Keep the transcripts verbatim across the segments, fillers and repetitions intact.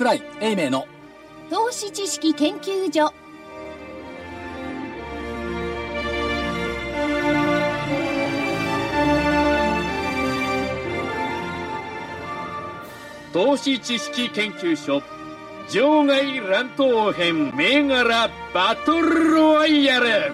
櫻井英明の投資知識研究所。 投資知識研究所場外乱闘編銘柄バトルロワイヤル。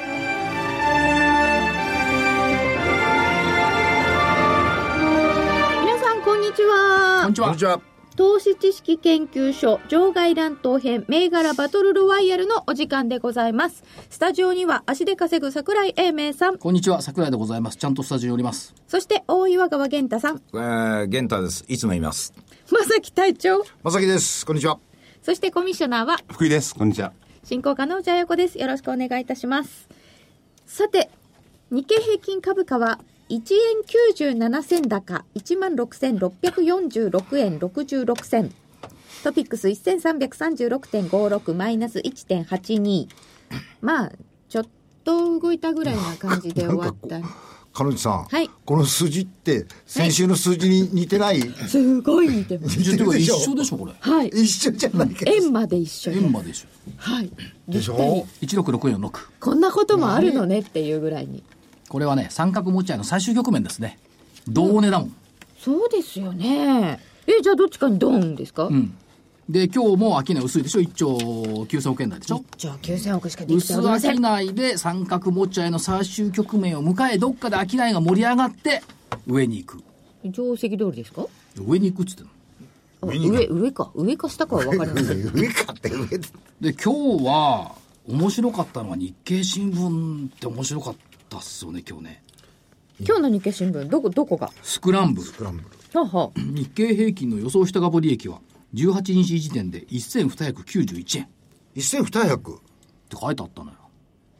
皆さんこんにちは。 こんにちは。 こんにちは。 投資知識研究所場外乱闘編銘柄バトルロワイヤルのお時間でございます。スタジオには足で稼ぐ櫻井英明さん、 こんにちは、櫻井でございます。ちゃんとスタジオにおります。 そして大岩川源太さん、 えー、玄太です。いつもいます。 正木隊長、 正木です。こんにちは。 そしてコミッショナーは福井です。こんにちは。 進行課の内彩子です。よろしくお願いいたします。さて、日経平均株価はいちえんきゅうじゅうなな銭高 いちまんろくせんろっぴゃくよんじゅうろくえんろくじゅうろく銭、トピックス せんさんびゃくさんじゅうろくてんごろく マイナス いちてんはちに。 まあちょっと動いたぐらいな感じで終わった彼女さん、 はい、 この数字って先週の数字に似てない、はい、 すごい似てます。 似てるでしょ。 一緒でしょこれ。 はい、 一緒じゃないけど、 円まで一緒。 円まで一緒。 はいでしょ。 いちろくろくよんろく。 こんなこともあるのねっていうぐらいに。 これはね、三角持ち合いの最終局面ですね。同値だもん、うん、 そうですよね。え、じゃあどっちかにドーンですか？ うん。で今日も商い薄いでしょ。いっちょうきゅうせんおくえん台でしょ。 いっちょうきゅうせんおくしかできておりません。 薄商いで三角持ち合いの最終局面を迎え、どっかで商いが盛り上がって上に行く。 定石通りですか？ 上に行くっつってんの。 上上か上か下かは分かりません上かって上で。 で今日は面白かったのは日経新聞って面白かったっすよね今日ね。 今日の日経新聞どこどこがスクランブル。 スクランブル。はは。 日経平均の予想した株利益はじゅうはちにち時点でせんにひゃくきゅうじゅういちえんせんにひゃくって書いてあったのよ。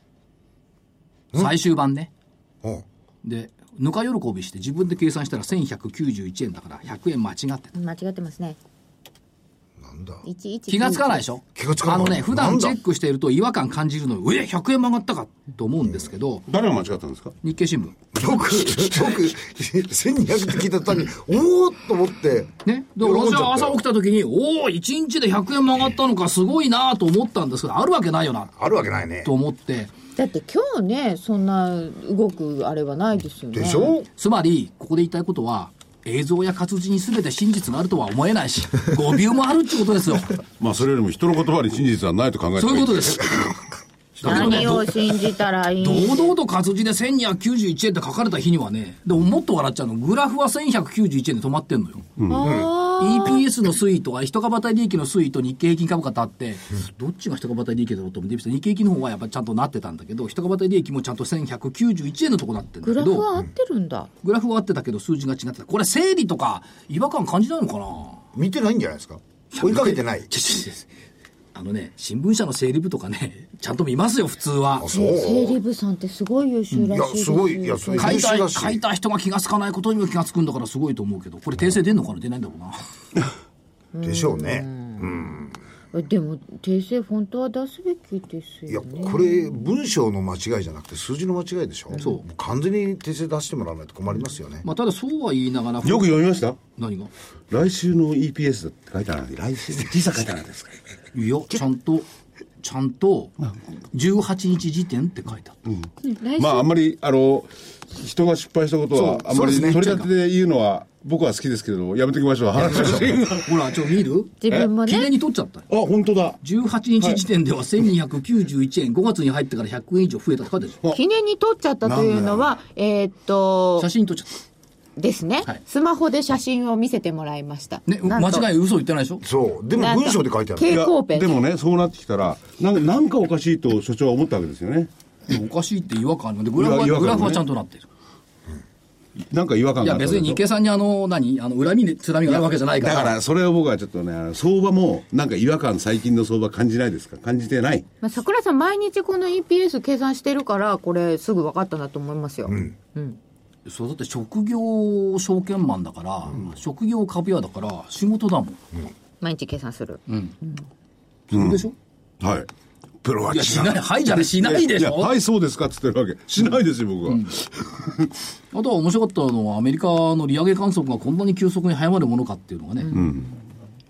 最終版ね。でぬか喜びして自分で計算したらせんひゃくきゅうじゅういちえんだからひゃくえん間違ってた。 間違ってますね。 なんだ気がつかないでしょ。 気がつかない。 あのね、普段チェックしていると違和感感じるのよ。えひゃくえんも上がったかと思うんですけど、 誰が間違ったんですか？ 日経新聞。 僕僕せんにひゃくって聞いた途端におおっと思ってね。で私は朝起きた時におおいちにちでひゃくえんも上がったのかすごいなと思ったんですけど、あるわけないよな。 あるわけないねと思って。 だって今日ねそんな動くあれはないですよね。 でしょ。 つまりここで言いたいことは、映像や活字に全て真実があるとは思えないし、誤謬もあるってことですよ。 まあそれよりも人の言葉に真実はないと考えて。 そういうことです。 何を信じたらいい。 堂々と活字でせんにひゃくきゅうじゅういちえんって書かれた日にはね、でももっと笑っちゃうの、グラフはせんひゃくきゅうじゅういちえんで止まってんのよ、うん、 あイーピーエス の推移とか一株当たり利益の推移と日経平均株価とあって、どっちが一株当たり利益だろうと思って日経平均の方はやっぱりちゃんとなってたんだけど、一株当たり利益もちゃんとせんひゃくきゅうじゅういちえんのとこなってるんだけど、 グラフは合ってるんだ。 グラフは合ってたけど数字が違ってた。これ整理とか違和感感じないのかな。 見てないんじゃないですか。追いかけてない。 あのね、新聞社の整理部とかね、ちゃんと見ますよ普通は。 整理部さんってすごい優秀らしいです。いやすごい。 いやそれ書いた書いた人が気がつかないことにも気がつくんだからすごいと思うけど、これ訂正出んのかな出ないんだろうな。 でしょうね。うんでも訂正本当は出すべきですよね。 いやこれ文章の間違いじゃなくて数字の間違いでしょ。 そうもう完全に訂正出してもらわないと困りますよね。 まあただそうは言いながら、 よく読みました。 何が来週の イーピーエス って書いてあるのに、来週小さく書いてあるんですか。 いやちゃんとちゃんとじゅうはちにち時点って書いてあった、 うん、まああんまりあの人が失敗したことはあんまり取り立てで言うのは僕は好きですけれども、やめておきましょう。話ほらちょっと見る、 自分もね記念に取っちゃった。 あ本当だ。 じゅうはちにち時点ではせんにひゃくきゅうじゅういちえん、ごがつに入ってからひゃくえん以上増えたって書いてあるでしょ。 記念に撮っちゃったというのはえー、っと写真撮っちゃったですね、はい、スマホで写真を見せてもらいました、 ね、間違い嘘言ってないでしょ。 そうでも文章で書いてある。 蛍光ペン。 でもねそうなってきたらなんか、なんかおかしいと所長は思ったわけですよね。 おかしいって違和感あるので、グラフは、ね、グラフはちゃんとなってる。 なんか違和感があった。 いや別に日経さんにあの何あの恨みにつらみがあるわけじゃないから。 だからそれを僕はちょっとね、相場もなんか違和感、最近の相場感じないですか。感じてない。 まあ、桜さん毎日この イーピーエス 計算してるからこれすぐ分かったなと思いますよ、うんうん、 そうだって職業証券マンだから、うん、職業株屋だから仕事だもん、うん、 毎日計算する、うんうん、そうでしょ、 うん、はい。プロはいやしない、はいじゃねしないでしょ。 いやはいそうですかっつってるわけしないですよ僕は、うん、 あとは面白かったのはアメリカの利上げ観測がこんなに急速に早まるものかっていうのがね、うん、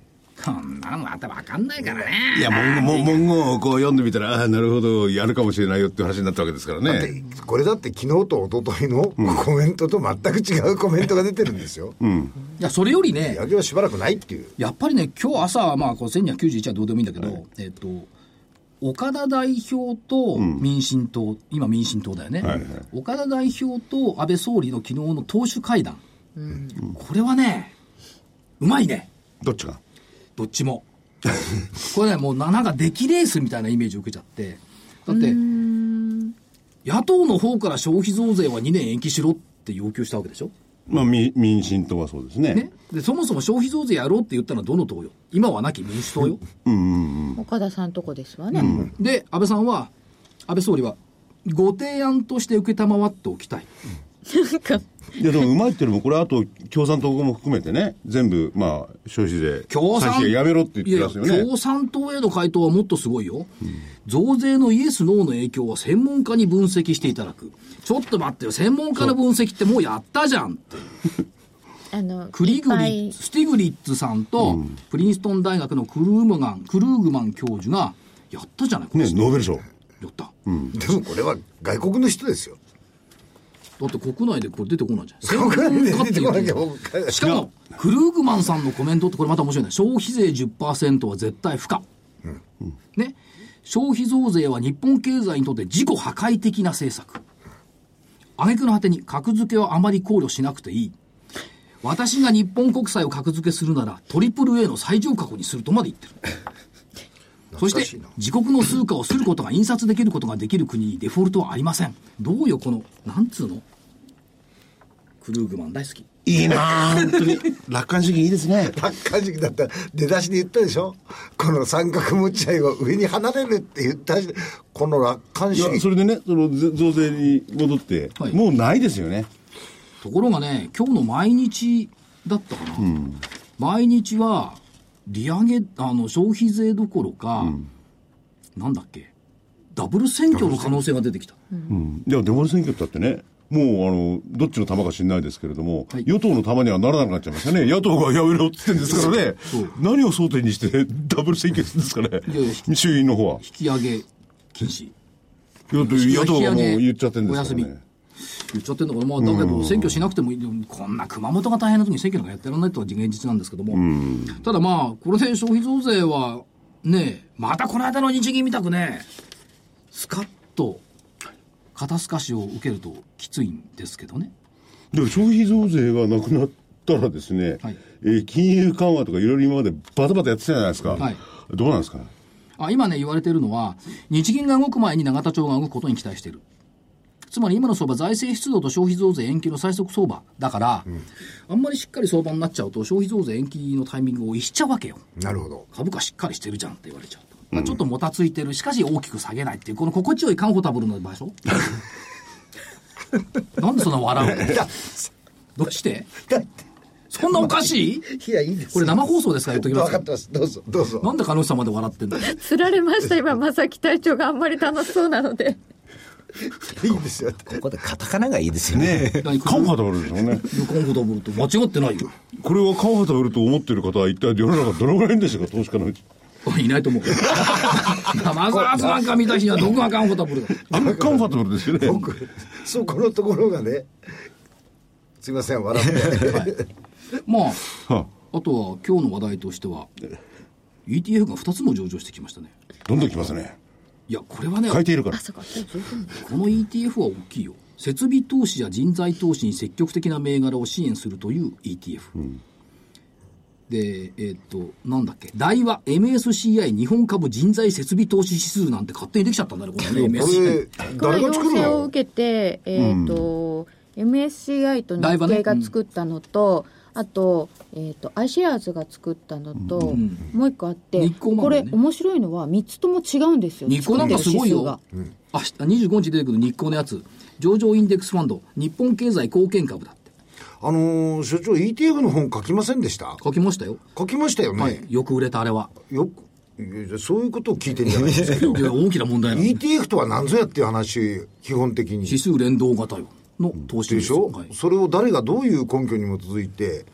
そんなのまた分かんないからね。 いや、文言文言をこう読んでみたら、ああ、なるほど、やるかもしれないよっていう話になったわけですからね。 これだって昨日と一昨日のコメントと全く違うコメントが出てるんですよ。うん、 いや、それよりね、 上げはしばらくないっていう。 やっぱりね、今日朝、まあ、こうせんにひゃくきゅうじゅういちはどうでもいいんだけど、はい、えっと、岡田代表と民進党、うん、今民進党だよね、はいはい、岡田代表と安倍総理の昨日の党首会談、うん、これはね、うまいね。 どっちがどっちも。これね、もうなんか出来レースみたいなイメージを受けちゃって、だって、野党の方から消費増税はにねん延期しろって要求したわけでしょ。 まあ、民進党はそうです ね, ねでそもそも消費増税やろうって言ったのはどの党よ。今はなき民主党よ。 うんうんうん、岡田さんとこですわね、うん、 で安倍さんは安倍総理はご提案として受けたまわっておきたい、 うんいやでもうまいっていうのもこれあと共産党も含めてね全部まあ消費税共産やめろって言ってますよね。 共産党への回答はもっとすごいよ、うん、増税のイエスノーの影響は専門家に分析していただく。ちょっと待ってよ、専門家の分析ってもうやったじゃんってあのクリグリスティグリッツさんと、うん、プリンストン大学のクルームガンクルーグマン教授がやったじゃないこれ、 ね、ノーベル賞やった、 うん、でもこれは外国の人ですよ。 だって国内でこれ出てこないじゃん。専門家って言ってる。しかもクルーグマンさんのコメントってこれまた面白いね。消費税 じゅっパーセント は絶対不可、うんうん、ね。消費増税は日本経済にとって自己破壊的な政策。挙句の果てに格付けはあまり考慮しなくていい。私が日本国債を格付けするならトリプル A の最上格にするとまで言ってる。そして自国の通貨をすることが印刷できることができる国にデフォルトはありません。どうよこのなんつうのクルーグマン大好き。 いいな本当に楽観主義いいですね。 楽観主義だったら出だしで言ったでしょ。この三角持ち合いは上に離れるって言ったし、この楽観主義。いやそれでねその増税に戻って、はい、もうないですよね。 ところがね今日の毎日だったかな、うん、毎日は利上げあの消費税どころか、うん、なんだっけダブル選挙の可能性が出てきた、 うん、いやダブル選挙ってだってねもうあのどっちの玉か知んないですけれども、はい、与党の玉にはならなくなっちゃいましたね。野党がやめろって言ってるんですからね何を争点にしてダブル選挙するんですかね。いやいや衆院の方は引き上げ禁止。 野党がもう言っちゃってるんですからね。 言っちゃってるんだから、まあ、だけど選挙しなくてもいい。こんな熊本が大変な時に選挙なんかやってられないとは現実なんですけども、ただまあこれで消費増税はねまたこの間の日銀みたくねスカッと肩透かしを受けるときついんですけどね。 でも消費増税がなくなったらですね、はいえー、金融緩和とかいろいろ今までバタバタやってたじゃないですか、はい、どうなんですか。 あ今ね言われてるのは日銀が動く前に永田町が動くことに期待している。つまり今の相場財政出動と消費増税延期の最速相場だから、うん、あんまりしっかり相場になっちゃうと消費増税延期のタイミングを逸しちゃうわけよ。 なるほど。 株価しっかりしてるじゃんって言われちゃうと、まあ、ちょっともたついてるしかし大きく下げないっていうこの心地よいカンフォタブルな場所なんでそんな笑うのどうしてだってそんなおかしい。 いやいいですこれ生放送ですから言っときます。 分かってます。どうぞどうぞ。 なんで彼女さんまで笑ってんだよ。 つられました今正木隊長があんまり楽しそうなのでいいですよ。 ここでカタカナがいいですよね。 カンファタブルですよね。 カンファタブルと間違ってないよ。 これはカンファタブルと思ってる方は一体世の中どのぐらいいるんでしょうか投資家のうち。 いないと思う。マザーズなんか見た日にはどこがカンファタブルだ。 あれカンファタブルですよね。 僕そこのところがねすいません笑って、はい、 まあ、はあ、あとは今日の話題としては イーティーエフ がふたつも上場してきましたね。 どんどん来ますね。 いやこれはね書いているからこの イーティーエフ は大きいよ。設備投資や人材投資に積極的な銘柄を支援するという イーティーエフ、うん、でえー、っとなんだっけ大和 エムエスシーアイ 日本株人材設備投資指数なんて勝手にできちゃったんだねこれね。 エムエスシーアイこれ要請を受けて、えーっとうん、エムエスシーアイ と日経が作ったのと、あと、えーと、アイシェアーズが作ったのと、うん、もう一個あって、ね、これ面白いのはみっつとも違うんですよ。 日光なんかすごいよ、うん、あにじゅうごにち出てくる日光のやつ上場インデックスファンド日本経済貢献株だって。 あのー、所長 イーティーエフ の本書きませんでした？ 書きましたよ。 書きましたよね、はい、 よく売れたあれは。よくいやそういうことを聞いてるんじゃないですか。いや大きな問題なんでイーティーエフ とは何ぞやっていう話基本的に指数連動型よの投資でしょ、はい、それを誰がどういう根拠に基づいて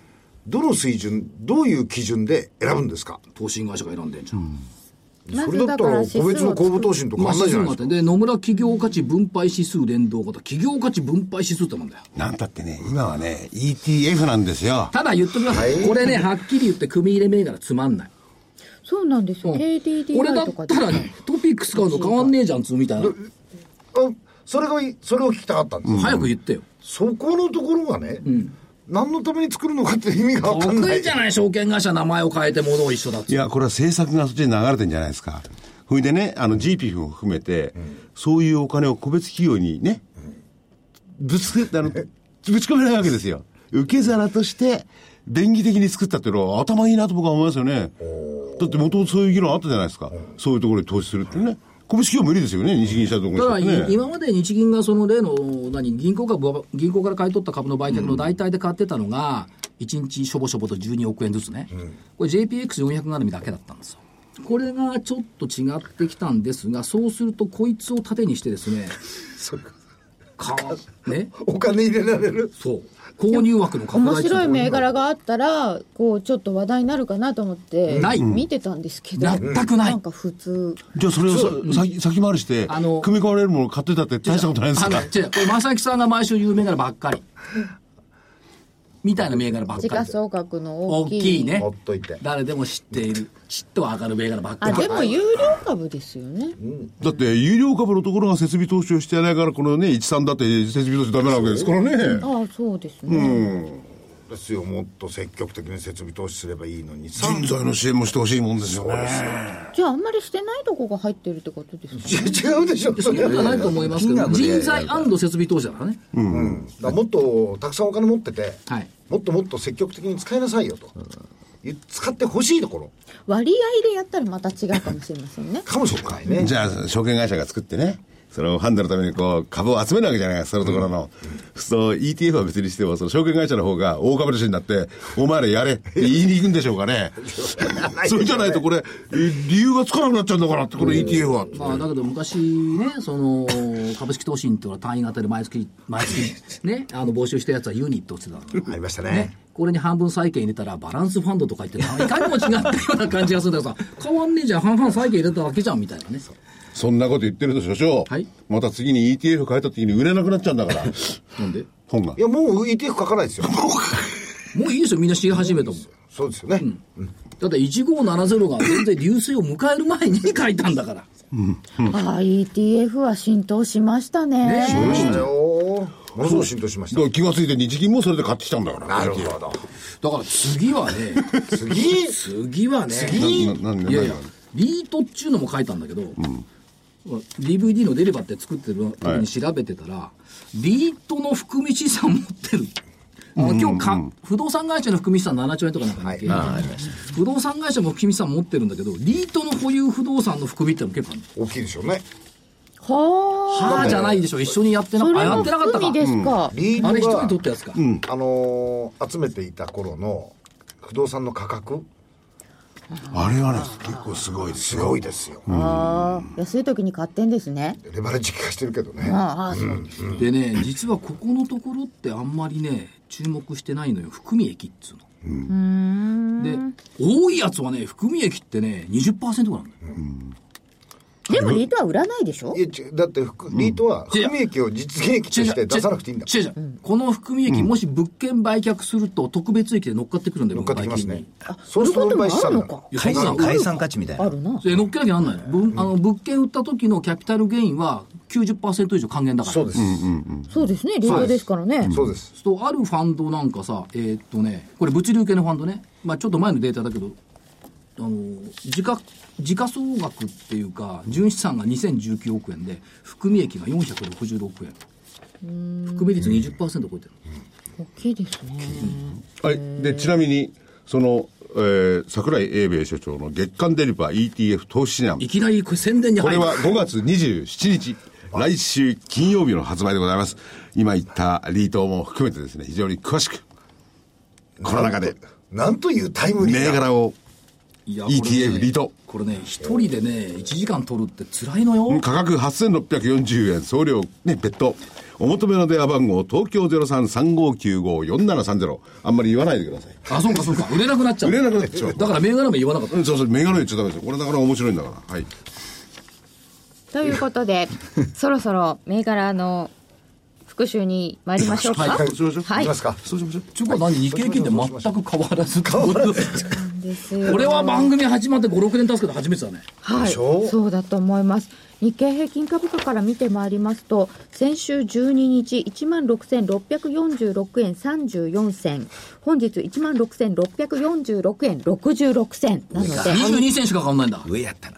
どの水準、どういう基準で選ぶんですか？ 投信会社が選んでんじゃん。うんそれだったら個別の公募投信と変わんないじゃないですか。 で、野村企業価値分配指数連動型、企業価値分配指数ってなんだよ。 なんたってね、今はね、イーティーエフ なんですよ。 ただ言っときます。はい、これね、はっきり言って組み入れ銘柄つまんない。 そうなんですよ。うん、ケーディーディーこれだったらね、トピックス買うの変わんねえじゃんつうみたいな。 あ、それが、それを聞きたかったんです、 うん、早く言ってよ。 そこのところがね、うん、何のために作るのかって意味が分かんない。 得意じゃない、証券会社名前を変えて物を一緒だって。 いや、これは政策がそっちに流れてんじゃないですか。それでね、あの ジーピーエフ も含めて、うん、そういうお金を個別企業にね、うん、ぶつけ、あの、ぶち込めないわけですよ。受け皿として、便宜的に作ったっていうのは頭いいなと僕は思いますよね。だって元々そういう議論あったじゃないですか。そういうところに投資するってね。個別企業無理ですよね、日銀したところに、ね。 だから今まで日銀がその例の何銀行株、銀行から買い取った株の売却の代替で買ってたのが、いちにちしょぼしょぼとじゅうにおくえんずつね。うん、これ ジェイピーエックスよんひゃく 絡みだけだったんですよ。これがちょっと違ってきたんですが、そうするとこいつを盾にしてですね、 それかね、 お金入れられる。 そう。購入枠の拡大。 面白い銘柄があったら、こうちょっと話題になるかなと思って見てたんですけど、 全くない。 なんか普通。 じゃあそれをさ、先先回りして、あの組み込まれるもの買ってたって大したことないですか？ あの違う、これ正木さんが毎週言う銘柄ばっかり。みたいな銘柄ばっかり。 時価総額の大きい。 大きいね。 ほっといて。 誰でも知っている。ちっと上がる銘柄ばっかり。 あ、でも有料株ですよね。うん、 だって有料株のところが設備投資をしてないから、このね、いちさんだって設備投資ダメなわけですからね。 ああ、そうですね。 うんですよ。もっと積極的に設備投資すればいいのに人材の支援もしてほしいもんですよね。 じゃああんまりしてないとこが入ってるってことですか？ 違うでしょ。 そんなことはないと思いますけど、人材&設備投資だからね。 うんうん、だからもっとたくさんお金持ってて、はい、もっともっと積極的に使いなさいよと、うん、使ってほしいところ。 割合でやったらまた違うかもしれませんね。 かもしれないね。 じゃあ証券会社が作ってね、それをハンドのためにこう株を集めるわけじゃないですか、そのところの。うん、そう イーティーエフ は別にしても、その証券会社の方が大株主になって、お前らやれって言いに行くんでしょうかね。それじゃないとこれ、理由がつかなくなっちゃうんだからって、この イーティーエフ は。 まあ、だけど昔ね、その、株式投資っていうのは単位型で毎月、毎月ね、あの、募集したやつはユニットって言ってた。 ありましたね。 ね、これに半分債券入れたらバランスファンドとか言って、いかにも違ったような感じがするんだけどさ、変わんねえじゃん、半々債券入れただけじゃん、みたいなね。 そんなこと言ってると所長、はい、また次に イーティーエフ 変えた時に売れなくなっちゃうんだから。 なんで？ 本が。 いや、もう イーティーエフ 書かないですよ。 もういいですよ、みんな知り始めたもん。 そうですよね。うんうん、だっていちごーななぜろが全然流水を迎える前に書いたんだから。 うんうん、ああ、イーティーエフ は浸透しましたね。 ね、しましたよ。ものすごい浸透しました。 だから気がついて日銀もそれで買ってきたんだから。 なるほど。 だから次はね、 次次はね、 次ななないやいや、リートっていうのも書いたんだけど、うん、ディーブイディー のデリバって作ってる時に調べてたら、はい、リートの含み資産持ってる。あの今日か、うんうん、不動産会社の含み資産ななちょうえんとかなんかね、はい、不動産会社も含み資産持ってるんだけど、リートの保有不動産の含みってのも結構ある。 大きいでしょうね。 はあ、じゃないでしょ。一緒にやってなかった。あ、やってなかったか。 ですか。 うん、リートあれ一人取ったやつか。 うん、あのー、集めていた頃の不動産の価格。 あれはね、結構すごいですよ。すごいですよ。 ああ、安い時に買ってんですね。 レバレッジ効かしてるけどね。 ああ、そうです。 でね、実はここのところってあんまりね、注目してないのよ。含み益っつうの。うん、で、多いやつはね、含み益ってね、にじゅっパーセント なんだよ。うんでもリートは売らないでしょ？ いやだってリートは含み益を実現益として出さなくていいんだ。 違う違う、うん、この含み益、うん、もし物件売却すると特別益で乗っかってくるんだよ。 乗っかってきますね。 あ、そういうこともあるのか。 解散解散価値みたいな。 あるな。 で乗っけなきゃなんないの。うん、あの物件売った時のキャピタルゲインは きゅうじゅっパーセント 以上還元だから。 そうです。うんうんうん、そうですね。リートですからね。 そうです。 そうあるファンドなんかさ、えー、っとね、これ物流系のファンドね。まあちょっと前のデータだけど。あの時価時価総額っていうか純資産がにせんじゅうきゅうおくえんで含み益がよんひゃくろくじゅうろくえん、含み率 にじゅっパーセント 超えてる、 うん、大きいですね、 うん、はい。でちなみにその、えー、櫻井英明所長の月間デリバー イーティーエフ 投資指南、 いきなりこれ宣伝に入る。 これはごがつにじゅうしちにち来週金曜日の発売でございます。今言ったリートも含めてですね、非常に詳しくこの中でなんというタイムリーな銘柄をいやイーティーエフ リートこれね一人でねいちじかん取るって辛いのよ。 価格はっせんろっぴゃくよんじゅうえん、送料ね別途お求めの電話番号、東京 ゼロさん さんごきゅうご よんななさんゼロ。あんまり言わないでください。 あ、そうかそうか。売れなくなっちゃう。 売れなくなっちゃう。 だから銘柄名言わなかった。 うん、そうそう、銘柄言っちゃダメですよ。これだから面白いんだから。はい。 ということでそろそろ銘柄の復習に参りましょうか。 はい、そうしましょう。 はい。 いきますか。 そうしましょう。 ちゅうか何、日経平均で全く変わらず変わらずですよ。 これは番組始まってご、ろくねん経つけど初めてだね。 はい、そうだと思います。日経平均株価から見てまいりますと、先週じゅうににち いちまんろくせんろっぴゃくよんじゅうろくえんさんじゅうよんせん、本日 いちまんろくせんろっぴゃくよんじゅうろくえんろくじゅうろくせんなのでにじゅうにせんしか変わんないんだ。 上やったな。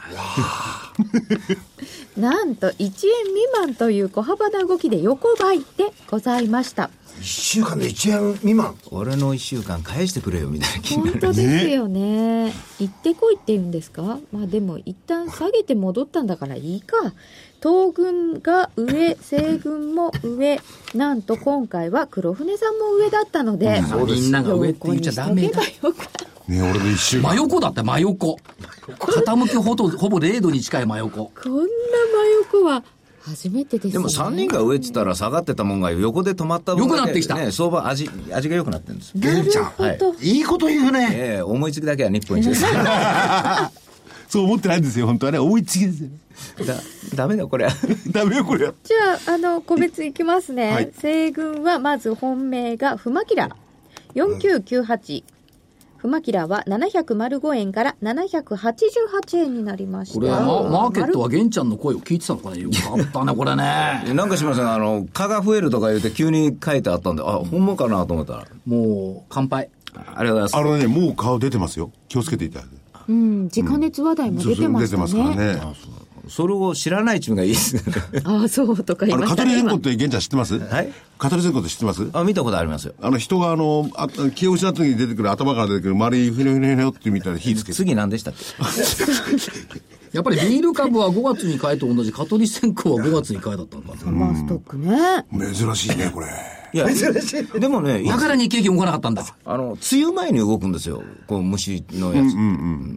なんといちえん未満という小幅な動きで横ばいでございました。 いっしゅうかんでいちえん未満。 俺のいっしゅうかん返してくれよみたいな気になる。 本当ですよね。行ってこいって言うんですか。まあでも一旦下げて戻ったんだからいいか。東軍が上、西軍も上、なんと今回は黒船さんも上だったので、 うん、みんなが上って言っちゃダメだ。 ね、俺の一周真横だって真横。傾きほぼほぼれいどに近い真横。 こんな真横は初めてですね。 でもさんにんが上って言ったら下がってたもんが横で止まった分だけ良くなってきたね、相場味味が良くなってるんです。 玄ちゃん、 はい、 いいこと言うね。 ええー、思いつきだけは日本一です。 そう思ってないんですよ、本当はね。思いつきですよ。 だダメだこれ。 ダメよこれ。 じゃああの個別いきますね。はい、西軍はまず本命がフマキラよんきゅうきゅうはち、フマキラはななひゃくごえんからななひゃくはちじゅうはちえんになりました。 これはママーケットは玄ちゃんの声を聞いてたのかね。よかったねこれね。 なんかしません、あの蚊が増えるとか言って急に書いてあったんで、あ、ほんまかなと思ったら、 もう乾杯。 ありがとうございます。 あのね、もう顔出てますよ。気をつけていただいて。 うん、自家熱話題も出てましたね。 うん、そうそう出てますからね。 それを知らないチームがいいですね。 ああ、そうとか言いましたね。 あの、カトリ線香って玄ちゃん知ってます？ はい。 カトリ線香って知ってます？ あ、見たことありますよ。 あの、人があの、あ気を失った時に出てくる、頭から出てくる丸いふにょふにょふにょってみたいな火つけて。 次何でしたっけ？ やっぱりビール株はごがつに買いと同じカトリ線香はごがつに買いだったんだ。 マーストックね。 珍しいね、これ。 いや、珍しい。でもね、 だから日経平均動かなかったんだ。 あの、梅雨前に動くんですよ。こう、虫のやつ。うんうんうん。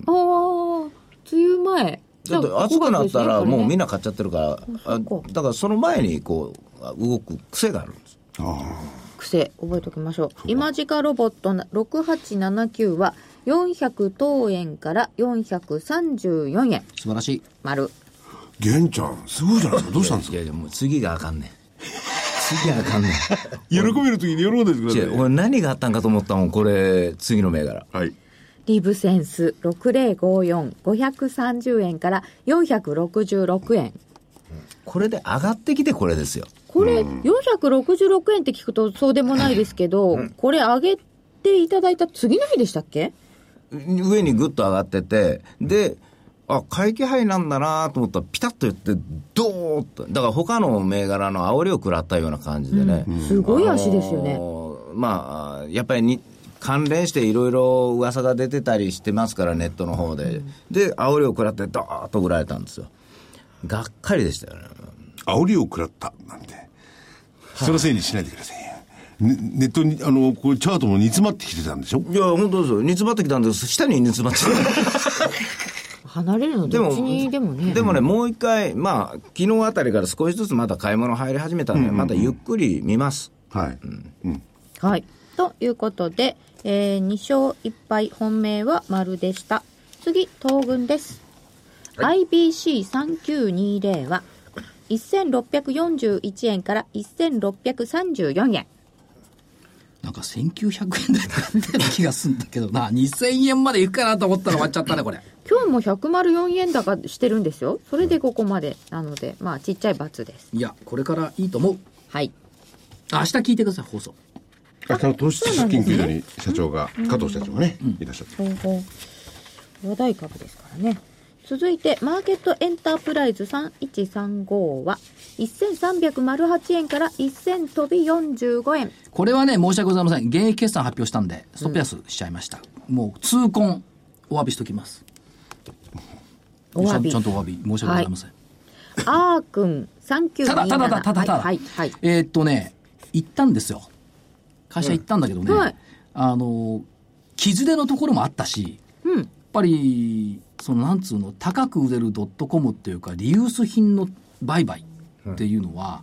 ああ、梅雨前。 だって暑くなったらもうみんな買っちゃってるから、あ、だからその前にこう動く癖があるんです。 癖覚えておきましょう。今時価ロボットろくはちななきゅうはよんひゃくとうえんからよんひゃくさんじゅうよんえん。 素晴らしい。 丸。 玄ちゃんすごいじゃないですか。どうしたんですか？ いやいや、もう次があかんねん。次があかんねん。 喜べる時に喜んでてください。 俺何があったんかと思ったもん、これ次の銘柄。 はい。 リブセンスろくぜろごよん、ごひゃくさんじゅうえんからよんひゃくろくじゅうろくえん。 これで上がってきてこれですよ。 これ、よんひゃくろくじゅうろくえんって聞くとそうでもないですけど、うん、これ上げていただいた次の日でしたっけ？ 上にぐっと上がってて、で、あ、買い気配なんだなと思ったらピタッと言ってドーッと、だから他の銘柄の煽りを食らったような感じでね、 うん、すごい足ですよね。 まあやっぱりに関連していろいろ噂が出てたりしてますから、ネットの方で、うん、で煽りを食らってドーッと売られたんですよ。がっかりでしたよね。 煽りを食らったなんて、そのせいにしないでくださいよ。ね、ネットにあのこれチャートも煮詰まってきてたんでしょ？ いや本当ですよ。煮詰まってきたんです。下に煮詰まって離れるのどっちにでもね。 でもね、もう一回、まあ昨日あたりから少しずつまた買い物入り始めたんで、うんうんうん、またゆっくり見ます。 はい、うんうん、 はい。ということで、えー、にしょういっぱい、本命は丸でした。次、東軍です。はい、アイビーシーさんきゅうにゼロ はせんろっぴゃくよんじゅういちえんからせんろっぴゃくさんじゅうよんえん。 なんかせんきゅうひゃくえん台みたいな気がするんだけどな。にせんえんまでいくかなと思ったら終わっちゃったねこれ。 今日もひゃくよんえん高してるんですよ。それでここまでなので、まあちっちゃい×です。 いや、これからいいと思う。 はい。 明日聞いてください、放送。 明日の投資研究所に社長が、うん、加藤社長がね、うん、いらっしゃって、うん、 ほうほう話題株ですからね。続いてマーケットエンタープライズさんいちさんごはせんさんびゃくはちえんからせん飛びよんじゅうごえん。 これはね、申し訳ございません。現役決算発表したんでストップ安しちゃいました、うん、もう痛恨お詫びしときます。 お詫びちゃんとお詫び申し訳ございません、 はい、あーくんさんきゅうになな、 ただただただただ、 はいはい、 えー、っとね行ったんですよ。会社行ったんだけどね、うんはい、あの傷手のところもあったし、うん、やっぱりそのなんつうの、高く売れるドットコムっていうかリユース品の売買っていうのは、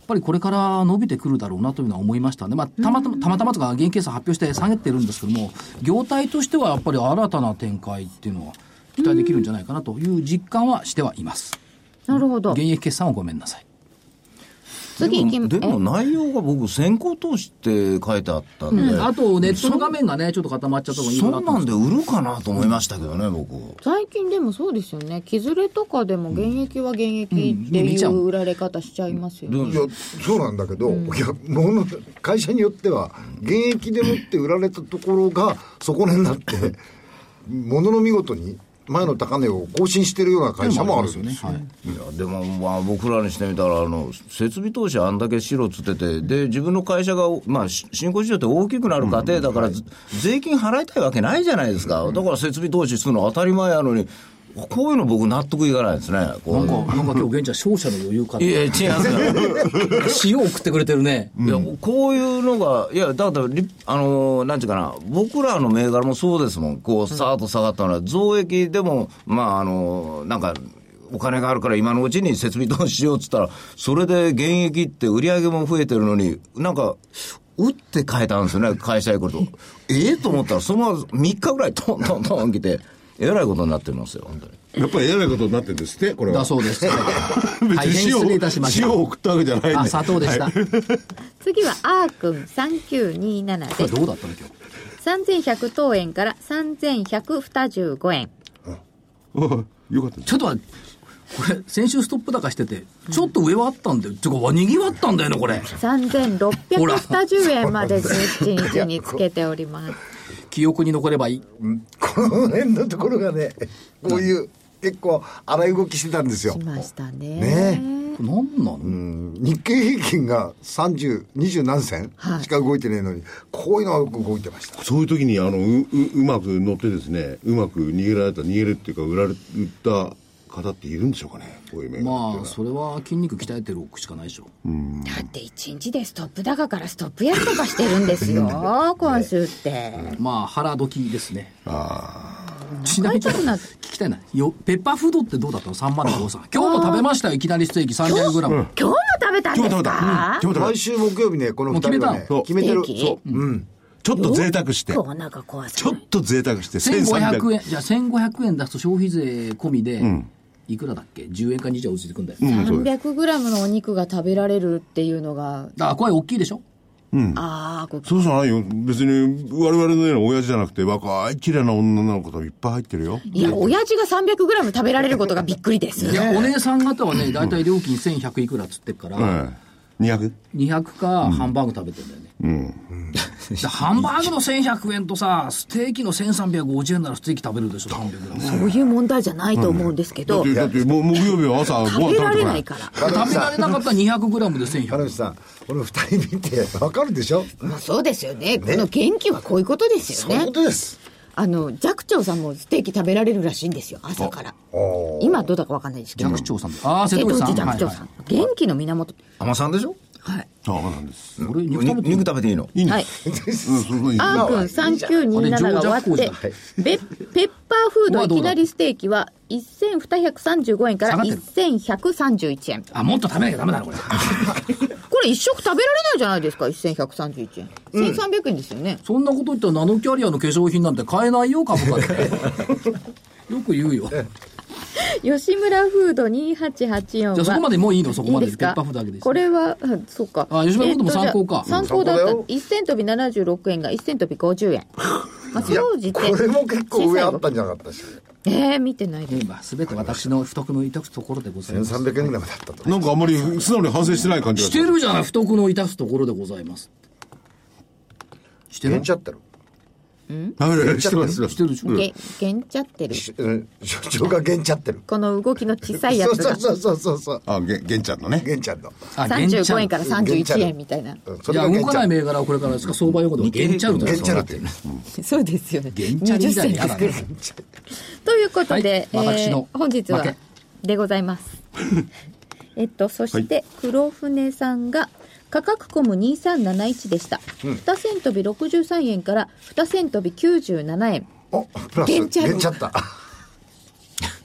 ぱりこれから伸びてくるだろうなというのは思いましたね。まあ、たまたま、たまたまとか現金決算発表して下げてるんですけども、業態としてはやっぱり新たな展開っていうのは期待できるんじゃないかなという実感はしてはいます。 なるほど。 現役決算はごめんなさい。 次行きまでも内容が僕先行投資って書いてあったんで、 うん、あとネットの画面がねちょっと固まっちゃったのがいいかなとそんなんで売るかなと思いましたけどね、僕最近でもそうですよね。木ずれとかでも現役は現役っていう売られ方しちゃいますよね、 いやそうなんだけど、うん、いやもの会社によっては現役でもって売られたところが底値になってものの見事に前の高値を更新してるような会社もあるんですよね。 いやでもまあ僕らにしてみたらあの設備投資あんだけしろっつっててで自分の会社が、まあ、新興市場って大きくなる過程だから、うんはい、税金払いたいわけないじゃないですか。だから設備投資するの当たり前やのにこういうの僕納得いかないですね。こうなんかなんか今日現地は商社の余裕かいや違うんですよ塩を送ってくれてるね、 うん、いやこういうのがいやだからあのなんていうかな僕らの銘柄もそうですもん。こうさーっと下がったのは増益でもまああのなんかお金があるから今のうちに設備投資しようっつったらそれで現役って売り上げも増えてるのになんか打って変えたんですよね会社行くとええと思ったらそのままみっかぐらいトントントン来てえらいことになってますよ本当に。 やっぱりえらいことになってるんですってこれは。 だそうです。 別に失礼いたしました。 塩を送ったわけじゃないんで。 あ砂糖でした。はい、 次はアー君さんきゅうにななです。 どうだったの今日。 さんぜんひゃく等円からさんぜんひゃくにじゅうごえん。 ああよかった。 ちょっと待って。これ先週ストップ高しててちょっと上はあったんだよ。ちょっとにぎわったんだよねこれ。 さんぜんろっぴゃくにじゅうえんまでじゅういちにちにつけております。 記憶に残ればいい。 この辺のところがねこういう結構荒い動きしてたんですよ。 しましたね。 ねえなんなの、 うん、日経平均がさんじゅう、にじゅう何銭しか動いてないのに、はい、こういうのは動いてました。 そういう時にあの う, う, うまく乗ってですねうまく逃げられた逃げるっていうか売られ売った方っているんでしょうかね。こういう銘柄まあそれは筋肉鍛えてるおくしかないでしょ。 うんだっていちにちでストップ高からストップ安とかしてるんですよ今週って、 うん、まあ腹時ですね。 あちなみにちょっと聞きたいなよペッパーフードってどうだったのさんまるごさん今日も食べましたよいきなりステーキ さんびゃくグラム 今, 今日も食べたんですか。今日も食べた、 うん、毎週木曜日ねこのふたりはね決めてるそう、うん、 ちょっと贅沢してちょっと贅沢してせんごひゃくえんじゃあせんごひゃくえん出すと消費税込みで、うんいくらだっけじゅうえんかにじゅうえん落ちてくんだよ、 うん、さんびゃくグラムのお肉が食べられるっていうのがあこれ大きいでしょ、 うん、 ああそうじゃないよ別に我々のような親父じゃなくて若い綺麗な女の子といっぱい入ってるよ。 いや親父がさんびゃくグラム食べられることがびっくりですいやお姉さん方はねだいたい料金せんひゃくいくらっつってっから、うん、 にひゃく? にひゃく かハンバーグ食べてんだよね、うんうんハンバーグのせんひゃくえんとさステーキのせんさんびゃくごじゅうえんならステーキ食べるでしょさんびゃくグラム。 そういう問題じゃないと思うんですけど、 うん、だってだっても木曜日は朝ご飯食べられないから食べられなかったらにひゃくグラムでせんひゃく。 金内さんこのふたり見て分かるでしょ、 まあ、そうですよ ね, ねこの元気はこういうことですよね。 そういうことです。 あの寂聴さんもステーキ食べられるらしいんですよ朝から。今どうだか分かんないですけど寂聴さんああ瀬戸内さん寂聴さん、はいはい、元気の源海女さんでしょ。 はい。 ああなんです。 俺肉食べていいの？肉食べていいの？ いいの。はい。あーくんさんきゅうにななが終わって、ペッパーフードいきなりステーキはせんにひゃくさんじゅうごえんからせんひゃくさんじゅういちえん。 あもっと食べなきゃダメだなこれ。 これ一食食べられないじゃないですかせんひゃくさんじゅういちえん。うん、せんさんびゃくえんですよね。 そんなこと言ったらナノキャリアの化粧品なんて買えないよ株価で。よく言うよ。 吉村フードにはちはちよんはじゃあそこまでもういいのそこまでいいですか。 ペッパーフードだけです、ね、 これはそうかあ吉村フードも参考か、 えー、参考だった、うん、いっせん飛びななじゅうろくえんがいっせん飛びごじゅうえんまあ総じてこれも結構上あったんじゃなかったしえー、見てないです、 まあ、全て私の不徳の致すところでございます。 せんさんびゃくえんぐらいまであったとなんかあんまり素直に反省してない感じがしてるじゃない不徳の致すところでございますしてる減っちゃってるんダメだしてますしてるでしょげ減っちゃってる所長が減っちゃってるこの動きの小さいやつがそうそうそうそうあげ減ちゃんのね減ちゃんのさんじゅうごえんからさんじゅういちえんみたいな。いや動かない銘柄はこれからですか相場用語で減ちゃうと減ちゃうってそうですよね減ちゃうみたいなやだねということで、 はい、 えー、本日はでございますえっとそして黒船さんが価格コムにさんなないちでした、うん、に銭飛びろくじゅうさんえんからに銭飛びきゅうじゅうななえん。 おプラス減っちゃった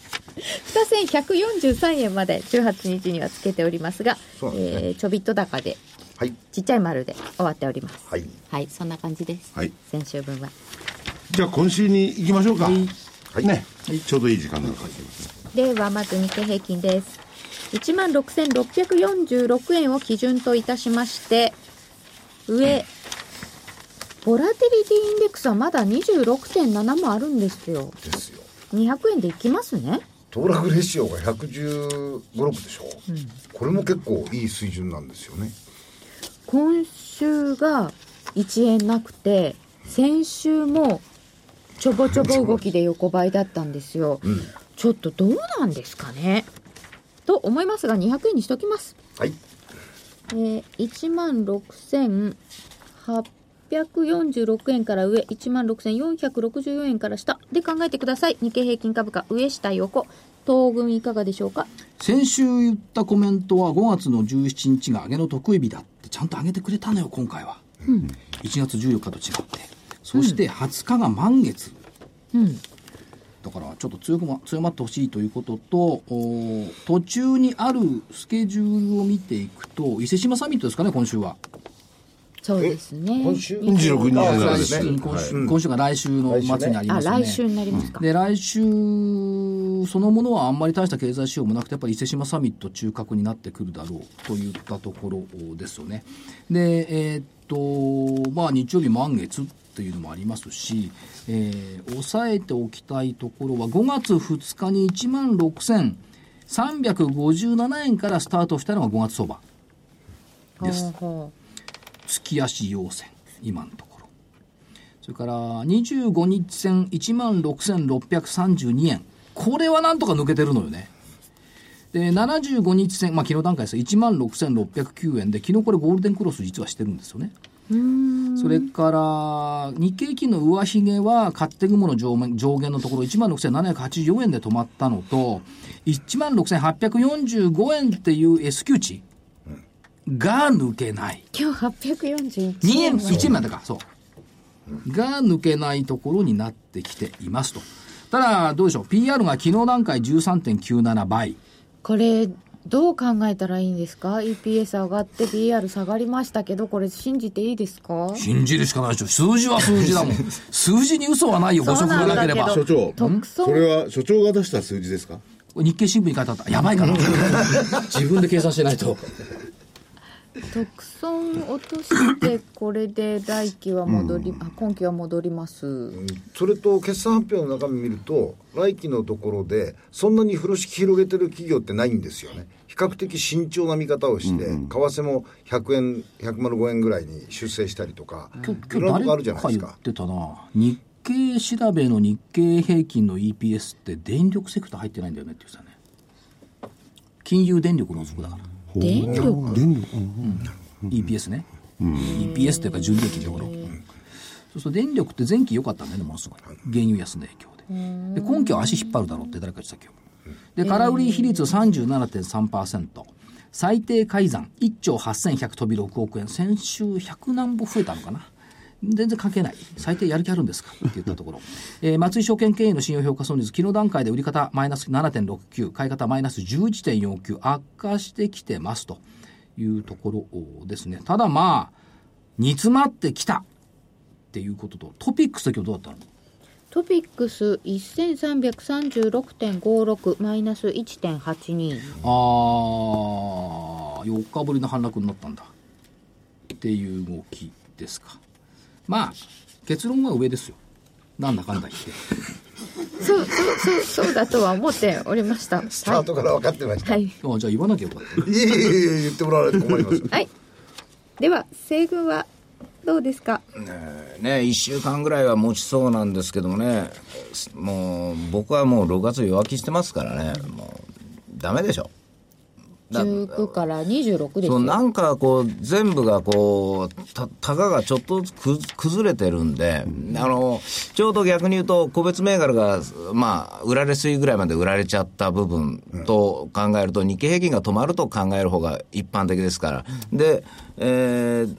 千ひゃくよんじゅうさんえんまでじゅうはちにちにはつけておりますが、 そうですね、 えー、ちょびっと高で、 はい、 ちっちゃい丸で終わっております。 はい、 はい、そんな感じです、 はい、 先週分は。 じゃあ今週に行きましょうか。はい、ね、はい、ちょうどいい時間なのかもしれません。 ではまず日経平均です。いちまんろくせんろっぴゃくよんじゅうろくえんを基準といたしまして、上ボラテリティインデックスはまだ にじゅうろくてんなな もあるんですよ。 ですよ。 にひゃくえんでいきますね。 騰落レシオがひゃくじゅうご、ろくでしょ、うん、これも結構いい水準なんですよね。 今週がいちえんなくて、先週もちょぼちょぼ動きで横ばいだったんですよ、うん、ちょっとどうなんですかねと思いますが、にひゃくえんにしときます。 はい、 えー、いちまんろくせんはっぴゃくよんじゅうろくえんから上、いちまんろくせんよんひゃくろくじゅうよんえんから下で考えてください。日経平均株価上下横、東軍いかがでしょうか。 先週言ったコメントはごがつのじゅうしちにちが上げの得意日だってちゃんと上げてくれたのよ今回は、うん、いちがつじゅうよっかと違って、そしてはつかが満月、うん、だからちょっと強く、ま、強まってほしいということと、途中にあるスケジュールを見ていくと伊勢志摩サミットですかね今週は。 そうですね。 今週にじゅうろくにちですね。 今週、今週が来週の末にありますね。 あ、来週になりますか。 で、来週そのものはあんまり大した経済指標もなくて、やっぱり伊勢志摩サミット中核になってくるだろうといったところですよね。で、えー、っと、まあ日曜日満月っていうのもありますし、えー、押さえておきたいところはごがつふつかにいちまんろくせんさんびゃくごじゅうななえんからスタートしたのがごがつ相場です。ほうほう、月足陽線今のところ。それからにじゅうごにち線 いちまんろくせんろっぴゃくさんじゅうにえん、これはなんとか抜けてるのよね。でななじゅうごにち線、まあ昨日段階です いちまんろくせんろっぴゃくきゅうえんで、昨日これゴールデンクロス実はしてるんですよね。うーん、それから日経金の上髭は勝手雲の上限、上限のところ いちまんろくせんななひゃくはちじゅうよんえんで止まったのと、 いちまんろくせんはっぴゃくよんじゅうごえんっていう S q 値が抜けない。 今日はっぴゃくよんじゅういちえん、 にえんいちえんまでか、そうが抜けないところになってきていますと。ただどうでしょう、 ピーアール が昨日段階 じゅうさんてんきゅうなな 倍。 これどう考えたらいいんですか。 イーピーエス 上がって ピーアール 下がりましたけど、これ信じていいですか。 信じるしかないでしょ、数字は数字だもん数字に嘘はないよ、ご職がなければ。 所長、それは所長が出した数字ですか。 日経新聞に書いてあった。やばいかな自分で計算してないと。 特損落としてこれで来期は戻り、うん、あ今期は戻ります、うん、 それと決算発表の中身見ると来期のところでそんなに風呂敷広げてる企業ってないんですよね。比較的慎重な見方をして、うんうん、為替もひゃくえんひゃくごえんぐらいに修正したりとか、 今日今日誰か言ってたな、日経調べの日経平均の イーピーエス って電力セクター入ってないんだよねって言ってたね。金融電力の底だから。 電力、 電力、 うん、イーピーエス ね、うん、イーピーエス というか純利益のところ、うん、そうすると電力って前期良かったんだよね、ものすごい原油安の影響で。で今期は足引っ張るだろうって誰か言ってた今日で、空売り比率 さんじゅうななてんさんパーセント、 最低改ざんいっちょうはっせんひゃく飛びろくおくえん、先週ひゃく何歩増えたのかな、全然関係ない、最低やる気あるんですかって言ったところ、えー、松井証券経営の信用評価損率、昨日段階で売り方マイナス ななてんろくきゅう、買い方マイナス じゅういちてんよんきゅう、悪化してきてますというところですね。ただまあ煮詰まってきたっていうことと、トピックスだけどどうだったの。 トピックス せんさんびゃくさんじゅうろくてんごろく マイナス いちてんはちに、 あーよっかぶりの反落になったんだっていう動きですか。まあ結論は上ですよ、なんだかんだ言ってそうそうそうそうだとは思っておりました。 スタートから分かってました、 はい、 あじゃあ言わなきゃよかったいえいえいえ言ってもらわないと困りますはい、では西軍はどうですか。 ねえ、ね、いっしゅうかんぐらいは持ちそうなんですけどもね、もう僕はもうろくがつ弱気してますからね、もうダメでしょ。 じゅうくからにじゅうろくですよ。 そうなんかこう全部がこうたたかがちょっとずつく崩れてるんで、うん、あのちょうど逆に言うと個別銘柄がまあ売られすぎぐらいまで売られちゃった部分と考えると、日経平均が止まると考える方が一般的ですから、うん、で、えー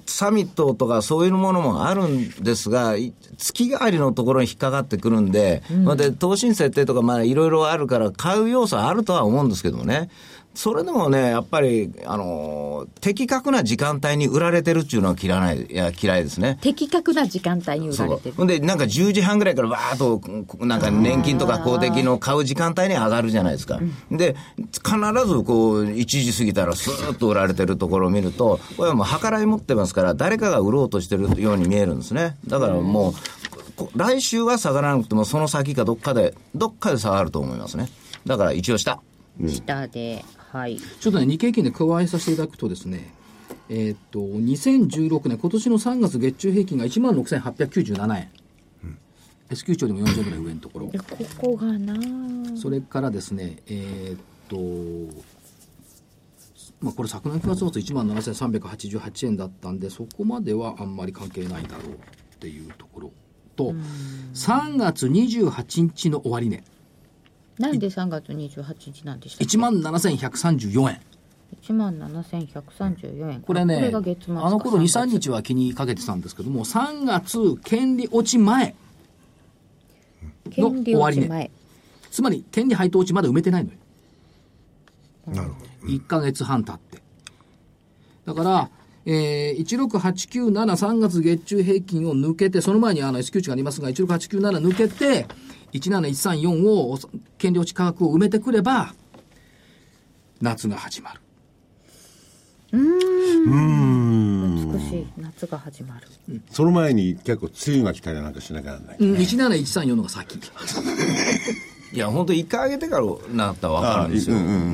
サミットとかそういうものもあるんですが、月替わりのところに引っかかってくるんで、うん、で投信設定とかまあいろいろあるから買う要素はあるとは思うんですけどもね。それでもね、やっぱり、あのー、的確な時間帯に売られてるっていうのは嫌い、いや、嫌いですね。 的確な時間帯に売られてる。 ほんで、なんかじゅうじはんぐらいからわーっと、なんか年金とか公的の買う時間帯に上がるじゃないですか。で、必ずこう、いちじ過ぎたらスーッと売られてるところを見ると、これはもう計らい持ってますから、誰かが売ろうとしてるように見えるんですね。だからもう、来週は下がらなくても、その先かどっかで、どっかで下がると思いますね。だから一応下。 下で。はい、 ちょっとね、日経平均で加えさせていただくとですね、えー、っと、にせんじゅうろくねん、今年のさんがつ月中平均が いちまんろくせんはっぴゃくきゅうじゅうななえん。うん、S q 調でもよんじゅうえんぐらい上のところ。 ここがなそれからですね、えー、っと、まあ、これ昨年くがつ末いちまんななせんさんびゃくはちじゅうはちえんだったんで、そこまではあんまり関係ないだろうっていうところと、さんがつにじゅうはちにちの終値。 なんでさんがつにじゅうはちにちなんでしたっけ？ いちまんななせんひゃくさんじゅうよんえん。 いちまんななせんひゃくさんじゅうよんえん。 これね、 これがあの頃に、さんにちは気にかけてたんですけども、さんがつ権利落ち前の終値。つまり、権利配当落ちまだ埋めてないのよ。 なるほど。 いっかげつはん経って。だから、えー、いちろくはちきゅうななさんがつ月中平均を抜けて、その前にあの S q 値がありますが、いちろくはちきゅうなな抜けて、いちなないちさんよんを、権利落ち価格を埋めてくれば、夏が始まる。 うーん。うーん。美しい。夏が始まる。 うん、その前に結構梅雨が来たりなんかしなきゃならない、ね。 うん、いちなないちさんよんのが先。 いや、本当にいっかい上げてからなったら分かるんですよ。うんうんうん、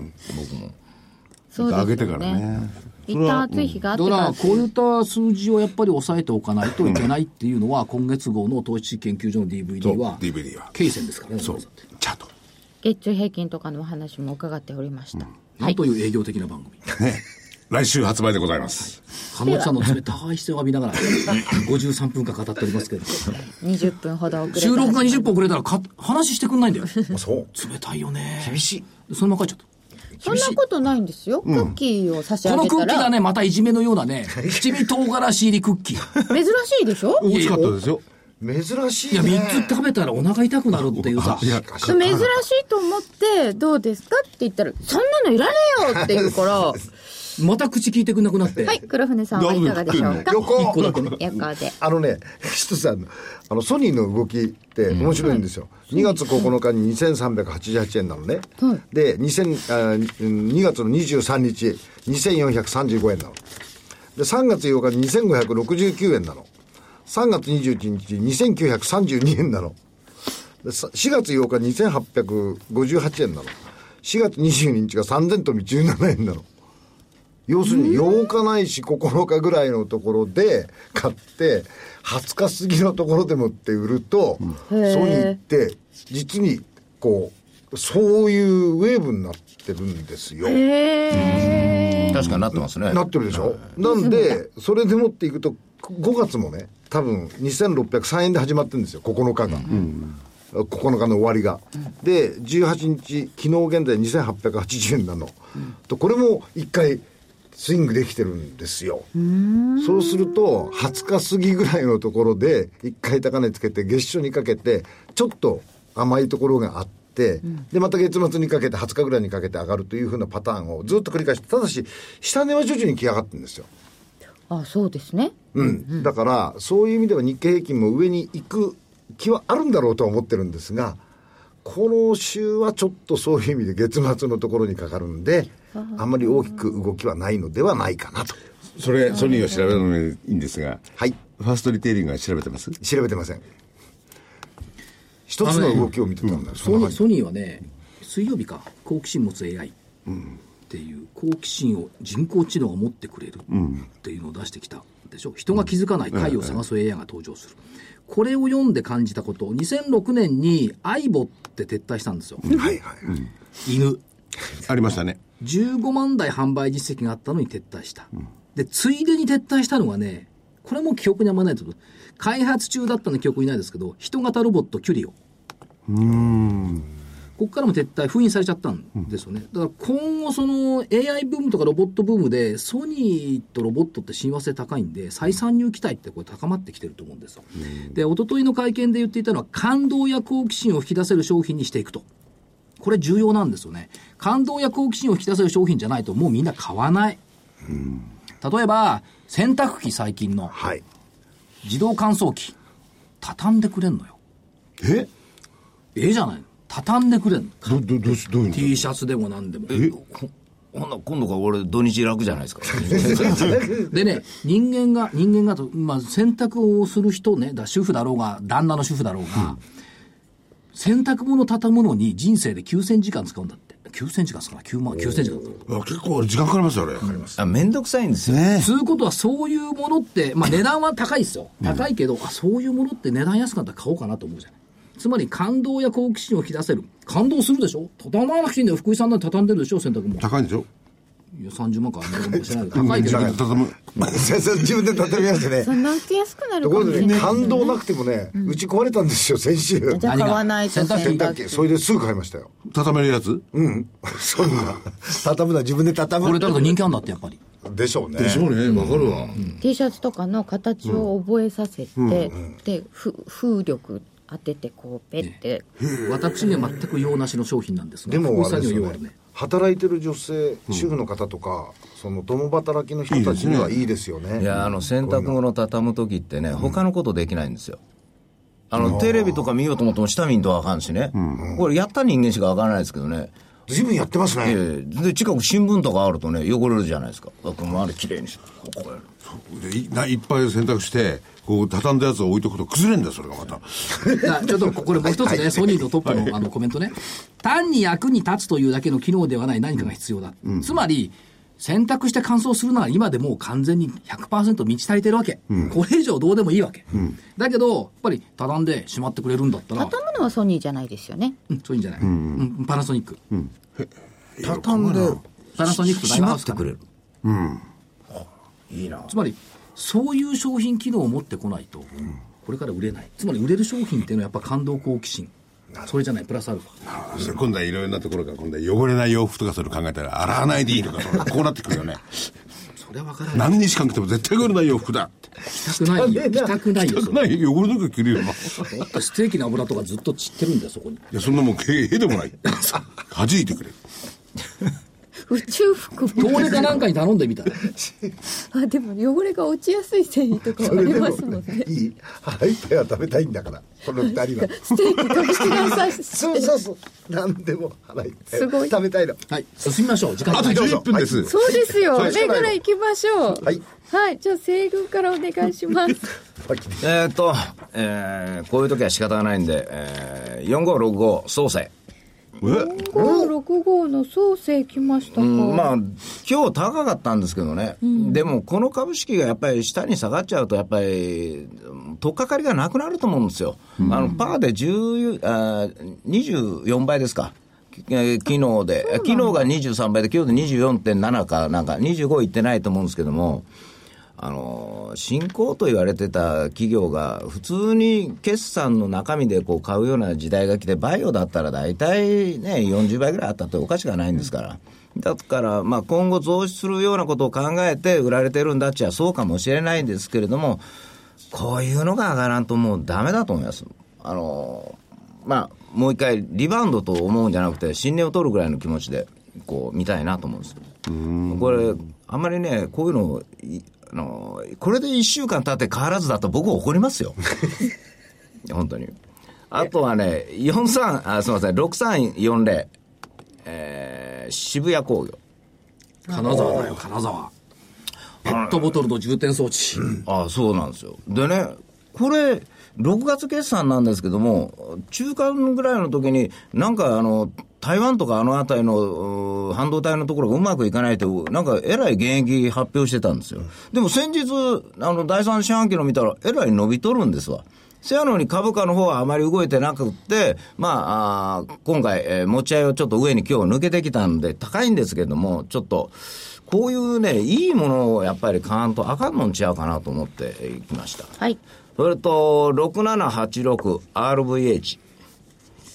僕も。 そうですね。 上げてからね。 一旦暑い日があってから、 だからこういった数字をやっぱり抑えておかないといけないっていうのは、うん、今月号の投資研究所の ディーブイディー はディーブイディー は経線ですからね。 そうチャート月中平均とかのお話も伺っておりました、うん、 なんという営業的な番組、 ね、来週発売でございます。 鹿野さんの冷たい姿勢を浴びながらごじゅうさんぷんかん語っておりますけどにじゅっぷんほど遅れた収録がにじゅっぷん遅れたらか話してくんないんだよ。 そう冷たいよね。 厳しい。 そのまま帰っちゃった。 そんなことないんですよ。クッキーを差し上げたら、 このクッキーがね、またいじめのようなね、七味唐辛子入りクッキー。 珍しいでしょ？ 美味しかったですよ。 珍しいね。 いや、みっつ食べたらお腹痛くなるっていうさ。 珍しいと思って、どうですかって言ったら、そんなのいらねえよって言うから、 また口聞いてくんなくなって。 はい、黒船さんはいかがでしょうか。 横。 一個だけね。 横で。 あのね、一つあの、あの、ソニーの動きって面白いんですよ。うん、にがつここのかににせんさんびゃくはちじゅうはちえんなのね。はい、で、にがつのにじゅうさんにち、にせんよんひゃくさんじゅうごえんなの。で、さんがつようかににせんごひゃくろくじゅうきゅうえんなの。さんがつにじゅういちにちにせんきゅうひゃくさんじゅうにえんなの。でしがつようかにせんはっぴゃくごじゅうはちえんなの。しがつにじゅうににちがさんぜんとみじゅうななえんなの。要するにようかないしここのかぐらいのところで買ってはつか過ぎのところでもって売ると、うん、ソニーって実にこうそういうウェーブになってるんですよ。 へー、確かになってますね。 なってるでしょ。なんでそれでもっていくとごがつもね多分にせんろっぴゃくさんえんで始まってるんですよ、ここのかが、うんうん、ここのかの終わりが、うん、でじゅうはちにち昨日現在にせんはっぴゃくはちじゅうえんなの、うん、とこれもいっかいスイングできてるんですよ。うーん、そうするとはつか過ぎぐらいのところでいっかい高値つけて月初にかけてちょっと甘いところがあって、うん、でまた月末にかけてはつかぐらいにかけて上がるというふうなパターンをずっと繰り返して、ただし下値は徐々に来上がってるんですよ。 あ、そうですね、 うんうん、だからそういう意味では日経平均も上に行く気はあるんだろうとは思ってるんですが、この週はちょっとそういう意味で月末のところにかかるんであんまり大きく動きはないのではないかなと。 それソニーを調べるのにいいんですが、 はい、 ファーストリテイリングは調べてます？ 調べてません。一つの動きを見てたんだ、ね、うん、 ソニー、ソニーはね水曜日か好奇心持つ エーアイっていう、うん、好奇心を人工知能が持ってくれるっていうのを出してきたでしょ。人が気づかない解を探す エーアイが登場する、うん、これを読んで感じたこと、にせんろくねんにアイボって撤退したんですよ、 はいはい、うん、 犬ありましたね。 じゅうごまんだい販売実績があったのに撤退した、うん、でついでに撤退したのがね、これも記憶にあんまないですけど、開発中だったの記憶にないですけど、人型ロボットキュリオ。 うーん、 ここからも撤退封印されちゃったんですよね、だから今後その エーアイ ブームとかロボットブームでソニーとロボットって親和性高いんで再参入期待ってこれ高まってきてると思うんですよ、で一昨日の会見で言っていたのは感動や好奇心を引き出せる商品にしていくと、これ重要なんですよね。感動や好奇心を引き出せる商品じゃないともうみんな買わない、うん、例えば洗濯機最近の、はい、自動乾燥機畳んでくれんのよ。 えええじゃないの、畳んでくれんの。 どどどうしどういうの T シャツでも何でも。 えほんな今度から俺土日楽じゃないですかでね、人間が人間がと、まあ、洗濯をする人ね、だ主婦だろうが旦那の主婦だろうが、うん、洗濯物畳むのに人生できゅうせんじかん使うんだって。きゅうせんじかん使うな、きゅうまん、きゅうせんじかん。 結構時間かかりますよ、あれ。 あ、めんどくさいんですよね。そういうことは、そういうものって、まあ値段は高いですよ。高いけど、うん、あ、そういうものって値段安かったら買おうかなと思うじゃない。つまり感動や好奇心を引き出せる。感動するでしょ。畳まなくていいんだよ。福井さんなんて畳んでるでしょ、洗濯物。 高いんでしょ。 いや、さんじゅうまんかあんなこともしないけど、高いけど。 畳む。自分で畳みますね。 そんな受けやすくなるところでね、感動なくてもね、うん、うち壊れたんですよ、先週。 じゃあ買わないと洗濯機。それですぐ買いましたよ。 畳めるやつ？ うん。そんな。畳むのは自分で畳む。 これだけど人気あるんだって、やっぱり。 でしょうね。 でしょうね。わかるわ、うん。 T シャツとかの形を覚えさせて、うんうん、で、風力当ててこうペッて、 ね、私には全く用なしの商品なんですが、 でもあれですよね、働いてる女性、主婦の方とか、うん、その共働きの人たちにはいいですよね。いいですね。 いや、あの洗濯物畳む時ってね、他のことできないんですよ。あの、うん、テレビとか見ようと思っても下見んとあかんしね、うん、これやった人間しかわからないですけどね。 ずいぶんやってますね。 えー、で近く新聞とかあるとね、汚れるじゃないですか。あれきれいにしてここやる。 で い, ないっぱい洗濯してこう畳んだやつを置いとくと崩れるんだよ、それがまたちょっとこれもう一つね、はい、ソニーのトップ の, あのコメントね、単に役に立つというだけの機能ではない何かが必要だ、うん、つまり洗濯して乾燥するのは今でもう完全に ひゃくパーセント 満ち足りてるわけ、うん、これ以上どうでもいいわけ、うん、だけどやっぱり畳んでしまってくれるんだったら。 畳むのはソニーじゃないですよね。 うん、ソニーじゃない、うんうん、パナソニック、うん、 畳んでパナソニックしまってくれる、うん、 いいな。つまりそういう商品機能を持ってこないと、うん、これから売れない。つまり売れる商品っていうのはやっぱ感動好奇心、それじゃないプラスアルファ。今度はいろいろなところから今度は汚れない洋服とかそれ考えたら洗わないでいいとかこうなってくるよねそれは分からない。 何日間着ても絶対汚れない洋服だ。 着たくないよ。着たくないよ。 着たくないよ。汚れなく着るよなステーキの油とかずっと散ってるんだよ、そこに。いや、そんなもんへでもない弾いてくれ宇宙服も東レかなんかに頼んでみたらあ、でも汚れが落ちやすい繊維とかはありますもんね。 いい、腹いっぱいは食べたいんだからこの二人はステーキ食べしてくださいそうそうそう、何でも腹いっぱい食べたいの。 はい、進みましょう。時間あとじゅういっぷんです、 はい、そうですよ。銘柄行きましょう。 はい、 はい、じゃあ西軍からお願いしますえっと、えー、こういう時は仕方がないんで、えー、よんごろくご創生よんごろくごの創生来ましたか、うん、 まあ今日高かったんですけどね、うん、でもこの株式がやっぱり下に下がっちゃうとやっぱり取っかかりがなくなると思うんですよ、うん、あのパーでじゅうあにじゅうよんばいですか、えー、昨日で昨日がにじゅうさんばいで今日で にじゅうよんてんなな かなんかにじゅうごいってないと思うんですけども、あの新興と言われてた企業が普通に決算の中身でこう買うような時代が来て、バイオだったら大体ねよんじゅうばいぐらいあったっておかしくはないんですから、だからまあ今後増資するようなことを考えて売られてるんだっちゃそうかもしれないんですけれども、こういうのが上がらんともうダメだと思います。あのまあもう一回リバウンドと思うんじゃなくて新値を取るぐらいの気持ちでこう見たいなと思うんですよ。うーん、これあんまりねこういうのをあのこれでいっしゅうかん経って変わらずだと僕は怒りますよ本当に。あとはねよんさんあすみませんろくさんよんぜろ、えー、渋谷工業金沢だよ金沢ペットボトルの充填装置、うん、 ああそうなんですよ。でねこれろくがつ決算なんですけども、中間ぐらいの時になんかあの台湾とかあのあたりの半導体のところがうまくいかないとなんかえらい減益発表してたんですよ。でも先日あの第三四半期の見たらえらい伸びとるんですわ。せやのに株価の方はあまり動いてなくって、まあ、あ今回、えー、持ち合いをちょっと上に今日抜けてきたんで高いんですけども、ちょっとこういうねいいものをやっぱり買わんとあかんのんちゃうかなと思っていきました。 はい。 それとろくななはちろくアールブイエイチ、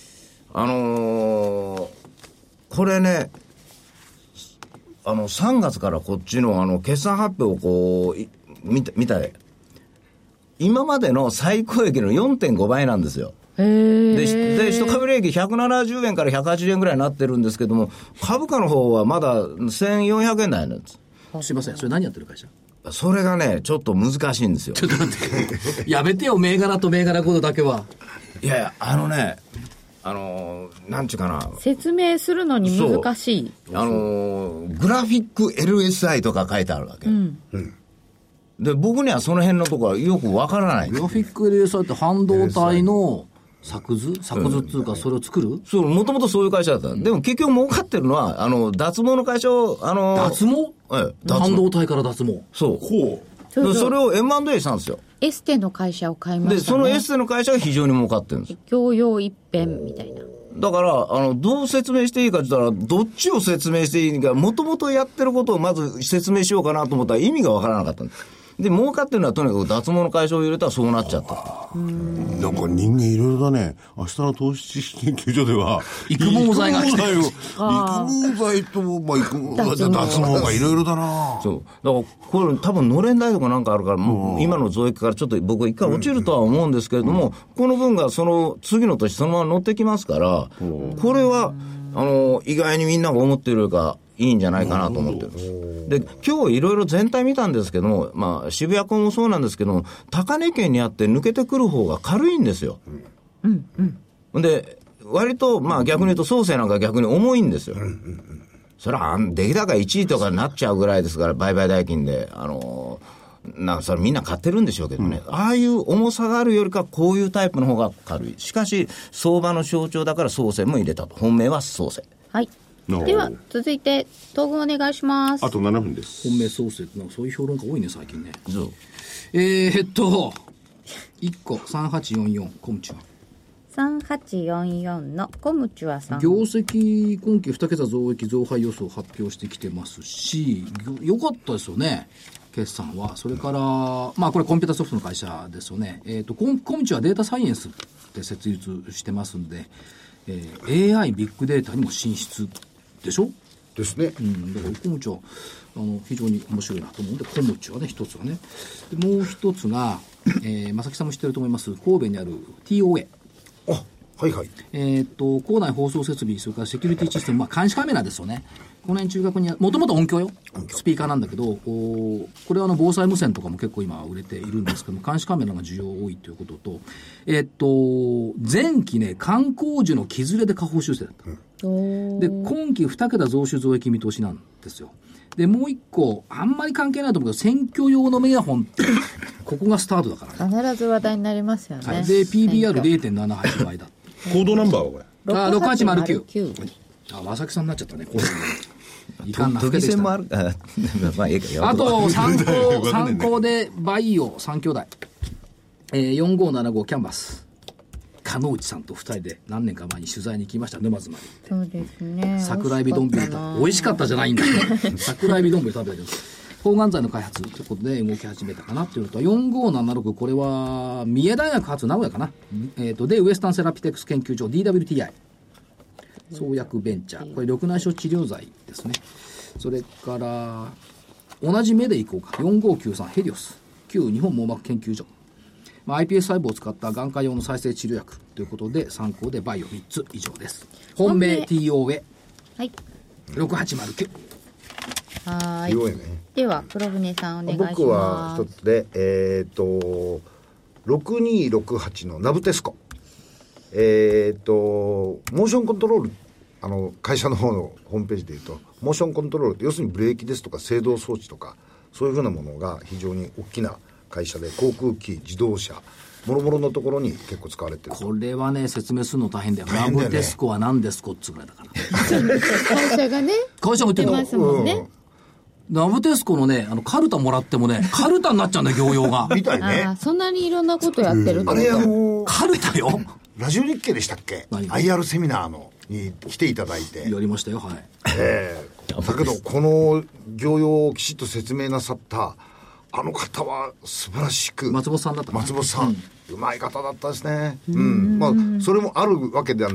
あのー、これね、あのさんがつからこっちのあの決算発表をこう見た、見たで今までの最高益の よんてんご 倍なんですよ。 へで、で、一株利益ひゃくななじゅうえんからひゃくはちじゅうえんぐらいになってるんですけども、株価の方はまだせんよんひゃくえん台なんです。 すいません、それ何やってる会社？ それがね、ちょっと難しいんですよ。 ちょっと待って。やめてよ、銘柄と銘柄コードだけは。 いやいや、あのね、あのー、なんちゅうかな。 説明するのに難しい。 あのー、グラフィック エルエスアイ とか書いてあるわけ。うんうん、で、僕にはその辺のところはよくわからない。 グラフィック エルエスアイ って半導体の作図作図っていうか、それを作る？ そう、もともとそういう会社だった。でも結局儲かってるのは、あの、脱毛の会社を、あのー、 脱毛？ ええ、 半導体から脱毛。 そう。ほう。そ, それを エムアンドエー したんですよ。 エステの会社を買いましたね。 で、そのエステの会社が非常に儲かってるんです。 業用一辺みたいな。 だから、あの、どう説明していいかって言ったら、どっちを説明していいか、もともとやってることをまず説明しようかなと思ったら意味がわからなかったんです。で、儲かってるのはとにかく脱毛の会社を入れたらそうなっちゃった。 なんか人間いろいろだね。明日の投資知識研究所では、 育毛剤が来てる。 育毛剤と、まあ、育毛剤、脱毛がいろいろだな。 そう。だから、これ多分、のれん代とかなんかあるから、もう今の増益からちょっと僕は一回落ちるとは思うんですけれども、この分がその次の年そのまま乗ってきますから、これは、あの、意外にみんなが思っているよりか、いいんじゃないかなと思ってるんです。で、今日いろいろ全体見たんですけども、まあ、渋谷港もそうなんですけども、高値圏にあって抜けてくる方が軽いんですよ。うんうん。で、割と、まあ逆に言うと、創生なんか逆に重いんですよ。うんうんうん、それは、出来高いちいとかになっちゃうぐらいですから、売買代金で、あの、なんかそれみんな買ってるんでしょうけどね、うん、ああいう重さがあるよりか、こういうタイプの方が軽い。しかし、相場の象徴だから創生も入れたと。本命は創生。 はい。では続いて東軍お願いします。 あとななふんです。 本命創生ってなんかそういう評論家多いね最近ね。 そうえー、っといっこさんはちよんよんコムチュアさんはちよんよんのコムチュアさん、 業績今期に桁増益増配予想を発表してきてますし、よかったですよね決算は。それからまあこれコンピュータソフトの会社ですよね。えー、っとコムチュアデータサイエンスって設立してますんで、えー、エーアイ ビッグデータにも進出でしょですね。 うん、だからコムチュアあの非常に面白いなと思うんで、コムチュアね一つはね。でもう一つが、えー、正木さんも知ってると思います神戸にある ティーオーエー。 あ、はいはい。 えっと校内放送設備、それからセキュリティシステム、まあ監視カメラですよね。この辺中学にもともと音響よ、スピーカーなんだけど、これはあの防災無線とかも結構今売れているんですけども、監視カメラが需要多いということと、えっと前期ね観光樹の木ずれで下方修正だった。うん、で今期に桁増収増益見通しなんですよ。でもう一個あんまり関係ないと思うけど、選挙用のメガホンってここがスタートだからね。 必ず話題になりますよね。はい、 で ピービーアールゼロてんななはち 倍だ。 コードナンバーはこれあろくはちまるきゅう。あ、正木さんになっちゃったね。こういかんな。 時線もある。あ, まあ、いいかあと参考参考でバイオさん兄弟、えー、よんごーななごキャンバス。加納内さんとふたりで何年か前に取材に行きました。沼津まで行って。 そうですね。 桜エビ丼美美味しかったじゃないんだけど桜エビ丼美食べたけど抗がん剤の開発ということで動き始めたかなっていうのと、よんごーななろくこれは三重大学発名古屋かな、えー、とでウエスタンセラピテクス研究所 ディーダブリューティーアイ 創薬ベンチャー、これ緑内障治療剤ですね。それから同じ目でいこうか、よんごーきゅうさんヘリオス旧日本網膜研究所、まあ、アイピーエス 細胞を使った眼科用の再生治療薬ということで参考でバイオみっつ以上です。本命 ティーオーエー、はい、ろくはちまるきゅう。 はい、ね、では黒船さんお願いします。 僕は一つでえっ、ー、とろくにろくはちのナブテスコ、えっ、ー、とモーションコントロール、あの会社の方のホームページでいうとモーションコントロールって要するにブレーキですとか制動装置とかそういうふうなものが非常に大きな会社で、航空機、自動車もろもろのところに結構使われてる。 これはね説明するの大変だよ。ナブテスコは何ですこっつぐらいだから会社がね会社が売ってるのますもんね、 うん、ナブテスコのねあのカルタもらってもねカルタになっちゃうんだよ業用がみたいね。 あそんなにいろんなことやってるってこと。 あれあのカルタよラジオ日経でしたっけ、 アイアール セミナーのに来ていただいてやりましたよ。はい、 えー、だけどこの業用をきちっと説明なさったあの方は素晴らしく、 松本さんだったかな。 松本さん、うん、うまい方だったですね。うん、まあそれもあるわけであ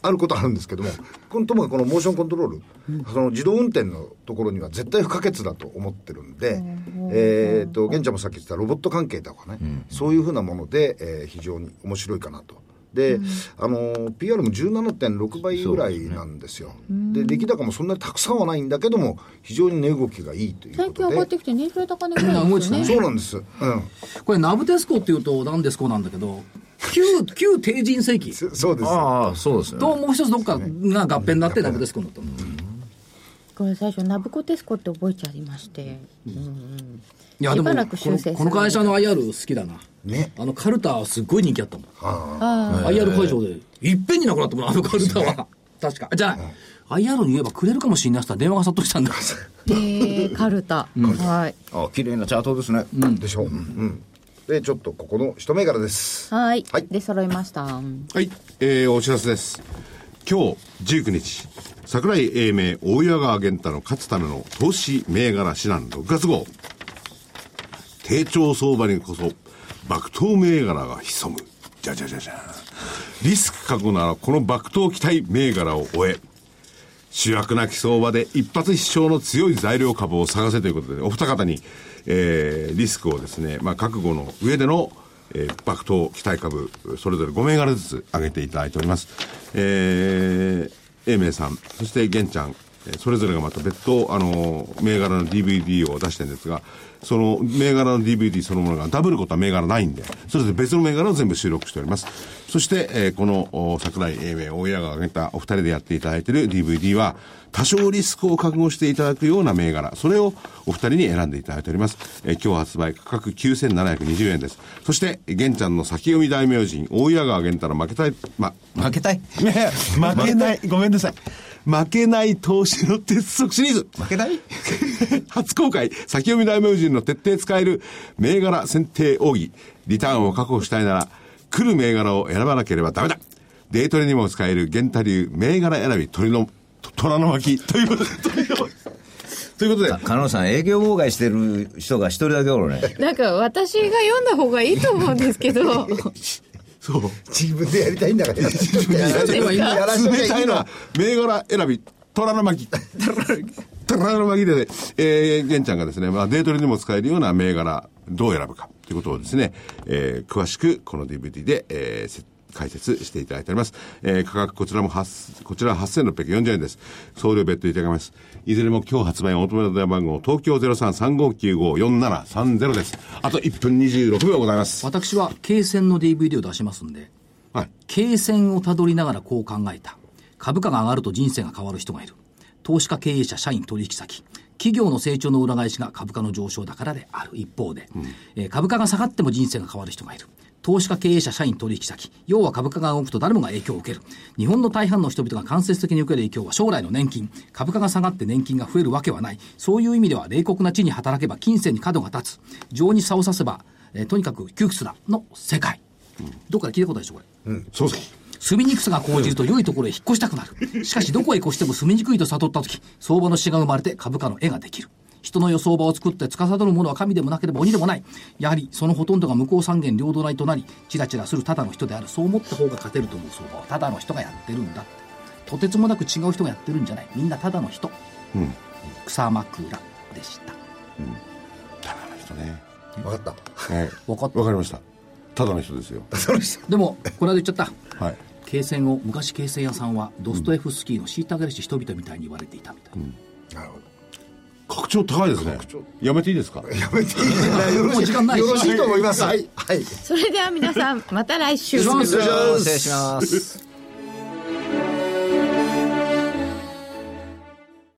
あることはあるんですけども、このともかくこのモーションコントロール、うん、その自動運転のところには絶対不可欠だと思ってるんで、うん、えー、と玄ちゃんもさっき言ったロボット関係とかね、うん、そういうふうなもので、えー、非常に面白いかなと。で、うん、あの ピーアール も じゅうななてんろく 倍ぐらいなんですよ。で、出来高もそんなにたくさんはないんだけども非常に値動きがいいということで、 最近上がってきて年収高値ぐらいですよね。 そうなんです、うん、 これナブテスコっていうと何ですこなんだけど旧, 旧帝人世紀そうです。 ああ、そうですよね。 ともう一つどっかが合併になってナブテスコになったの、うん、 これ最初ナブコテスコって覚えちゃいまして、うんうん、 いやでもこの、この会社の アイアール 好きだな、 ね、 あのカルタすっごい人気あったもん。 ああ アイアール 会場でいっぺんになくなったもんあのカルタは確かじゃあ、うん、アイアール に言えばくれるかもしれないって電話が殺到したんだえー、カルタ、うん、はい。 あ、綺麗なチャートですね、 うん、でしょう、うんうんでちょっとここの一銘柄です。 はい、はい、で揃いました。はい、えー、お知らせです。今日じゅうくにち櫻井英明大岩川源太の勝つための投資銘柄指南ろくがつ号、低調相場にこそ爆投銘柄が潜む。じゃじゃじゃじゃリスク覚悟ならこの爆投期待銘柄を終え、主役なき相場で一発必勝の強い材料株を探せということで、お二方にえー、リスクをですね、まあ、覚悟の上での、えー、爆投期待株それぞれご銘柄ずつ挙げていただいております。えー、英明さんそして玄ちゃん、それぞれがまた別途あの銘柄の ディーブイディー を出してるんですが、その銘柄の ディーブイディー そのものがダブることは銘柄ないんで、それぞれ別の銘柄を全部収録しております。そして、えー、この櫻井英明大家が挙げたお二人でやっていただいている ディーブイディー は多少リスクを覚悟していただくような銘柄、それをお二人に選んでいただいております。えー、今日発売価格きゅうせんななひゃくにじゅうえんです。そして玄ちゃんの先読み大名人大家川源太の負けたい、ま、 負けたい負けないごめんなさい負けない投資の鉄則シリーズ。 負けない初公開、先読み大名人の徹底使える銘柄選定奥義。リターンを確保したいなら、来る銘柄を選ばなければダメだ。デイトレにも使える源太流銘柄選び鳥の、虎の巻ということで、ということで。 加納さん、営業妨害してる人が一人だけおるね。 なんか私が読んだ方がいいと思うんですけど。 そう自分でやりたいんだからや自分でやらせばいいんだから冷たいのは銘柄選び虎の巻虎の巻で、ね、えー、玄ちゃんがですね、まあ、デートレにも使えるような銘柄どう選ぶかということをですね、えー、詳しくこの ディーブイディー で、えー、解説していただいております。えー、価格こちらもこちらははっせんろっぴゃくよんじゅうえんです。送料別途いただきます。いずれも今日発売のお求めの電話番号東京 ゼロさん さんごきゅうご よんななさんゼロ です。あといっぷんにじゅうろくびょうございます。 私は経線の ディーブイディー を出しますんで、はい、経線をたどりながらこう考えた。株価が上がると人生が変わる人がいる。投資家、経営者、社員、取引先、企業の成長の裏返しが株価の上昇だからである一方で、うん、えー、株価が下がっても人生が変わる人がいる。投資家、経営者、社員、取引先、要は株価が動くと誰もが影響を受ける。日本の大半の人々が間接的に受ける影響は将来の年金。株価が下がって年金が増えるわけはない。そういう意味では冷酷な地に働けば金銭に角が立つ。情に差をさせば、えー、とにかく窮屈だの世界、うん、どっかで聞いたことでしょこれ、 うん、そうそう。 住みにくさが講じると良いところへ引っ越したくなる。しかしどこへ越しても住みにくいと悟ったとき、相場の詩が生まれて株価の絵ができる。人の予想場を作って司る者は神でもなければ鬼でもない。やはりそのほとんどが向こう三元両隣となり、チラチラするただの人である。そう思った方が勝てると思う相場はただの人がやってるんだ。とてつもなく違う人がやってるんじゃない。みんなただの人、うん、草枕でした、うん、 ただの人ね。 分かった、 はい、分かった、分かりました。ただの人ですよ。 でもこの間言っちゃった、 はい、 経線を昔経線屋さんはドストエフスキーの虐げるし人々みたいに言われていたみたい、うん、 なるほど。 拡張高いですね。やめていいですか。 やめていいですね。よろしい、よろしいと思います。はい、はい。 それでは皆さんまた来週。 失礼します。